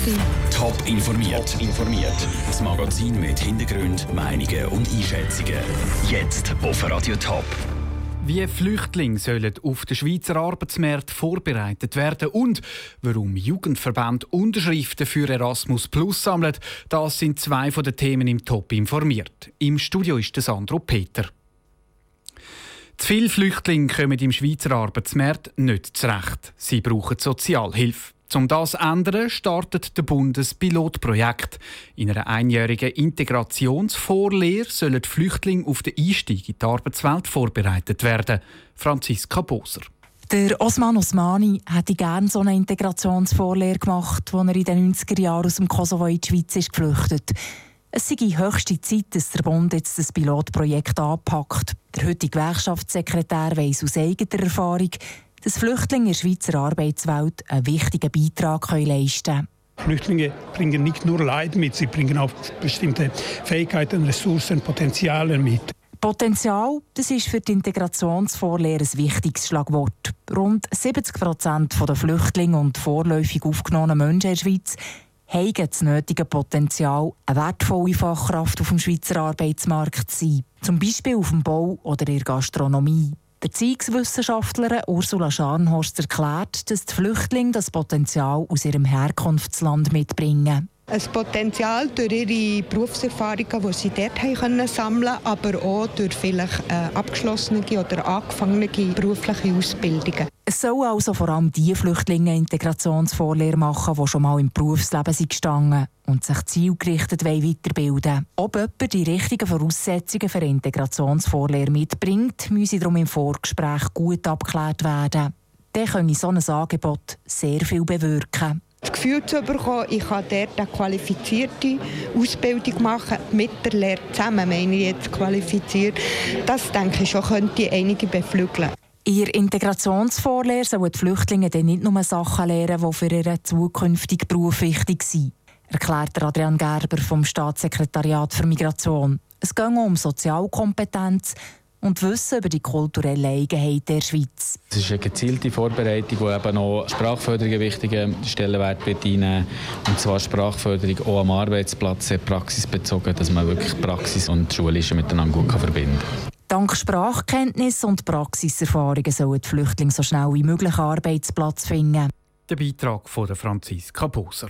Top informiert. Das Magazin mit Hintergrund, Meinungen und Einschätzungen. Jetzt auf Radio Top. Wie Flüchtlinge sollen auf den Schweizer Arbeitsmarkt vorbereitet werden und warum Jugendverbände Unterschriften für Erasmus Plus sammeln, das sind zwei von den Themen im Top informiert. Im Studio ist Sandro Peter. Zu viele Flüchtlinge kommen im Schweizer Arbeitsmarkt nicht zurecht. Sie brauchen Sozialhilfe. Um das zu ändern, startet der Bund ein Pilotprojekt. In einer einjährigen Integrationsvorlehre sollen die Flüchtlinge auf den Einstieg in die Arbeitswelt vorbereitet werden. Franziska Boser. Der Osman Osmani hätte gerne so eine Integrationsvorlehre gemacht, als er in den 90er Jahren aus dem Kosovo in die Schweiz ist geflüchtet. Es sei höchste Zeit, dass der Bund jetzt das Pilotprojekt anpackt. Der heutige Gewerkschaftssekretär weiss aus eigener Erfahrung, dass Flüchtlinge in der Schweizer Arbeitswelt einen wichtigen Beitrag leisten können. Flüchtlinge bringen nicht nur Leid mit, sie bringen auch bestimmte Fähigkeiten, Ressourcen, Potenziale mit. Potenzial, das ist für die Integrationsvorlehre ein wichtiges Schlagwort. Rund 70% der Flüchtlinge und vorläufig aufgenommenen Menschen in der Schweiz haben das nötige Potenzial, eine wertvolle Fachkraft auf dem Schweizer Arbeitsmarkt zu sein. Zum Beispiel auf dem Bau oder in der Gastronomie. Die Erziehungswissenschaftlerin Ursula Scharnhorst erklärt, dass die Flüchtlinge das Potenzial aus ihrem Herkunftsland mitbringen. Ein Potenzial durch ihre Berufserfahrungen, die sie dort haben sammeln konnten, aber auch durch vielleicht abgeschlossene oder angefangene berufliche Ausbildungen. Es sollen also vor allem die Flüchtlinge eine Integrationsvorlehre machen, die schon mal im Berufsleben gestanden und sich zielgerichtet weiterbilden wollen. Ob jemand die richtigen Voraussetzungen für eine Integrationsvorlehre mitbringt, müsse darum im Vorgespräch gut abgeklärt werden. Dann könne so ein Angebot sehr viel bewirken. Das Gefühl zu bekommen, ich kann dort eine qualifizierte Ausbildung machen, mit der Lehre zusammen, meine ich jetzt qualifiziert, das denke ich schon, könnte einige beflügeln. In der Integrationsvorlehre sollen die Flüchtlinge dann nicht nur Sachen lernen, die für ihren zukünftigen Beruf wichtig sind, erklärt Adrian Gerber vom Staatssekretariat für Migration. Es geht um Sozialkompetenz und Wissen über die kulturellen Eigenheiten der Schweiz. Es ist eine gezielte Vorbereitung, die eben auch Sprachförderung einen wichtigen Stellenwert wird einnehmen. Und zwar Sprachförderung auch am Arbeitsplatz, sehr praxisbezogen, dass man wirklich Praxis und Schulische miteinander gut verbinden kann. Dank Sprachkenntnis und Praxiserfahrungen sollen die Flüchtlinge so schnell wie möglich einen Arbeitsplatz finden. Der Beitrag von Franziska Boser.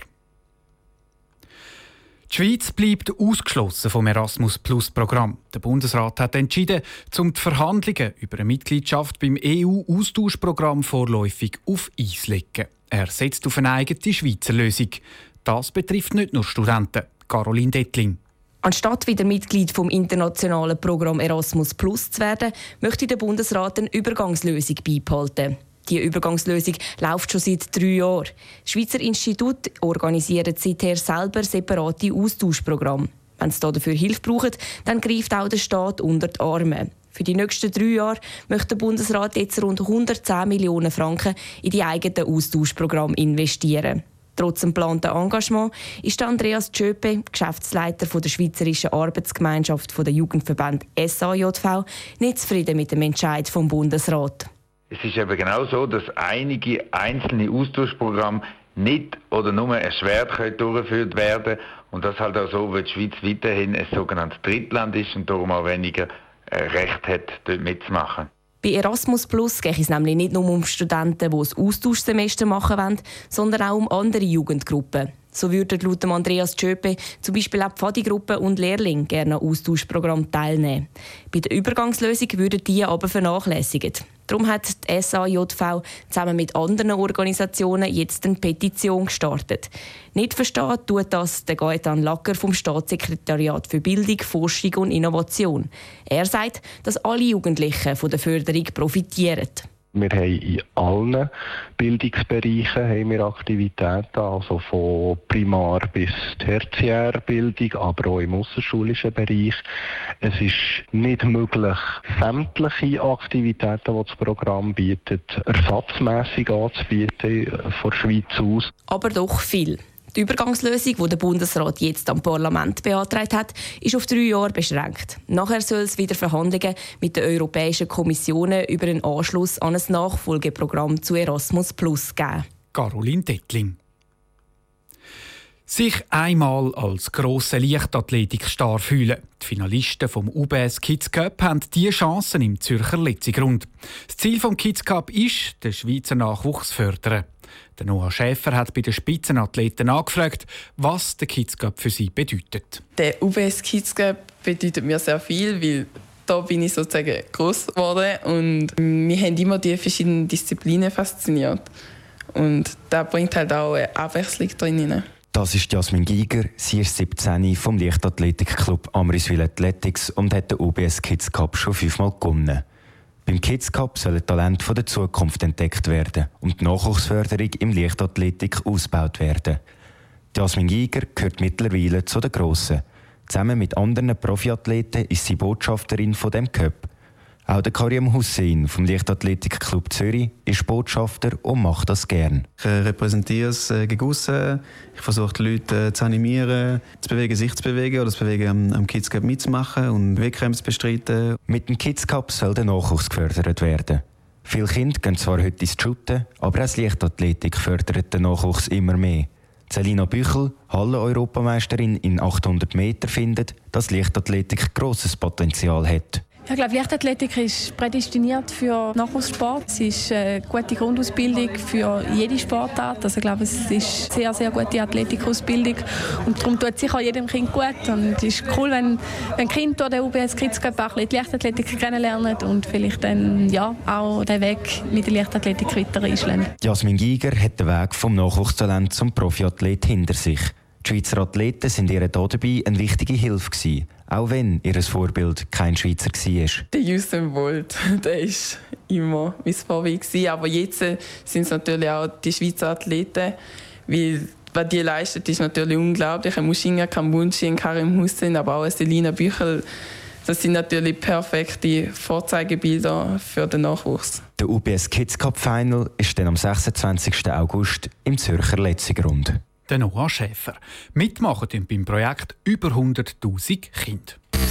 Die Schweiz bleibt ausgeschlossen vom Erasmus-Plus-Programm. Der Bundesrat hat entschieden, die Verhandlungen über eine Mitgliedschaft beim EU-Austauschprogramm vorläufig auf Eis zu legen. Er setzt auf eine eigene Schweizer Lösung. Das betrifft nicht nur Studenten. Caroline Dettling. Anstatt wieder Mitglied vom internationalen Programm Erasmus Plus zu werden, möchte der Bundesrat eine Übergangslösung beibehalten. Die Übergangslösung läuft schon seit 3 Jahren. Das Schweizer Institut organisiert seither selber separate Austauschprogramme. Wenn sie dafür Hilfe brauchen, dann greift auch der Staat unter die Arme. Für die nächsten 3 Jahre möchte der Bundesrat jetzt rund 110 Millionen Franken in die eigenen Austauschprogramme investieren. Trotz dem geplanten Engagement ist Andreas Tschöpe, Geschäftsleiter der Schweizerischen Arbeitsgemeinschaft der Jugendverbände SAJV, nicht zufrieden mit dem Entscheid vom Bundesrat. Es ist eben genau so, dass einige einzelne Austauschprogramme nicht oder nur erschwert durchgeführt werden können. Und das halt auch so, weil die Schweiz weiterhin ein sogenanntes Drittland ist und darum auch weniger Recht hat, dort mitzumachen. Bei Erasmus Plus geht es nämlich nicht nur um Studenten, die ein Austauschsemester machen wollen, sondern auch um andere Jugendgruppen. So würden laut Andreas Tschöpe zum Beispiel auch Pfadi-Gruppen und Lehrlinge gerne an Austauschprogrammen teilnehmen. Bei der Übergangslösung würden diese aber vernachlässigt. Darum hat die SAJV zusammen mit anderen Organisationen jetzt eine Petition gestartet. Nicht versteht tut das der Gaetan Lacker vom Staatssekretariat für Bildung, Forschung und Innovation. Er sagt, dass alle Jugendlichen von der Förderung profitieren. Wir haben in allen Bildungsbereichen Aktivitäten, also von Primar- bis Tertiärbildung, aber auch im ausserschulischen Bereich. Es ist nicht möglich, sämtliche Aktivitäten, die das Programm bietet, ersatzmässig anzubieten von der Schweiz aus. Aber doch viel. Die Übergangslösung, die der Bundesrat jetzt am Parlament beantragt hat, ist auf 3 Jahre beschränkt. Nachher soll es wieder Verhandlungen mit der Europäischen Kommission über einen Anschluss an ein Nachfolgeprogramm zu Erasmus Plus geben. Caroline Dettling. Sich einmal als grosse Leichtathletikstar fühlen. Die Finalisten vom UBS Kids Cup haben diese Chancen im Zürcher Letzigrund. Das Ziel des Kids Cup ist, den Schweizer Nachwuchs zu fördern. Der Noah Schäfer hat bei den Spitzenathleten angefragt, was der Kids Cup für sie bedeutet. Der UBS Kids Cup bedeutet mir sehr viel, weil da bin ich sozusagen gross geworden und mich haben immer die verschiedenen Disziplinen fasziniert. Und da bringt halt auch eine Abwechslung drin. Das ist Jasmin Giger. Sie ist 17 vom Leichtathletikclub Amriswil Athletics und hat den UBS Kids Cup schon 5-mal gewonnen. Beim Kids Cup sollen Talente der Zukunft entdeckt werden und die Nachwuchsförderung im Leichtathletik ausgebaut werden. Jasmin Giger gehört mittlerweile zu den Grossen. Zusammen mit anderen Profiathleten ist sie Botschafterin von dem Cup. Auch der Karim Hussein vom Leichtathletikclub Zürich ist Botschafter und macht das gern. Ich repräsentiere es gegen aussen. Ich versuche die Leute zu animieren, sich zu bewegen oder das Bewegen am Kids Cup mitzumachen und Wettkämpfe zu bestreiten. Mit dem Kids Cup soll der Nachwuchs gefördert werden. Viele Kinder gehen zwar heute ins Shooten, aber auch die Leichtathletik fördert den Nachwuchs immer mehr. Selina Büchel, Halle-Europameisterin in 800 Meter, findet, dass Leichtathletik grosses Potenzial hat. Ich glaube, Leichtathletik ist prädestiniert für Nachwuchssport. Es ist eine gute Grundausbildung für jede Sportart. Also, ich glaube, es ist eine sehr, sehr gute Athletikausbildung. Und darum tut es sicher jedem Kind gut. Und es ist cool, wenn Kinder durch den UBS Kids Cup auch die Leichtathletik kennenlernen und vielleicht dann auch den Weg mit der Leichtathletik weiter einschlagen. Jasmin Giger hat den Weg vom Nachwuchstalent zum Profiathlet hinter sich. Die Schweizer Athleten sind ihr dabei eine wichtige Hilfe gewesen, auch wenn ihr Vorbild kein Schweizer war. Der Usain Bolt, der war immer mein Vorbild. Aber jetzt sind es natürlich auch die Schweizer Athleten, weil was die leisten, ist natürlich unglaublich. Mushinga Kambunchi, Karim Hussein, aber auch Selina Büchel. Das sind natürlich perfekte Vorzeigebilder für den Nachwuchs. Der UBS Kids Cup Final ist dann am 26. August im Zürcher Letzigrund. Der Noah Schäfer. Mitmachen beim Projekt über 100'000 Kinder.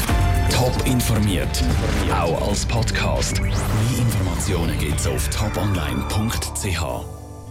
Top informiert, auch als Podcast. Mehr Informationen gibt's auf toponline.ch.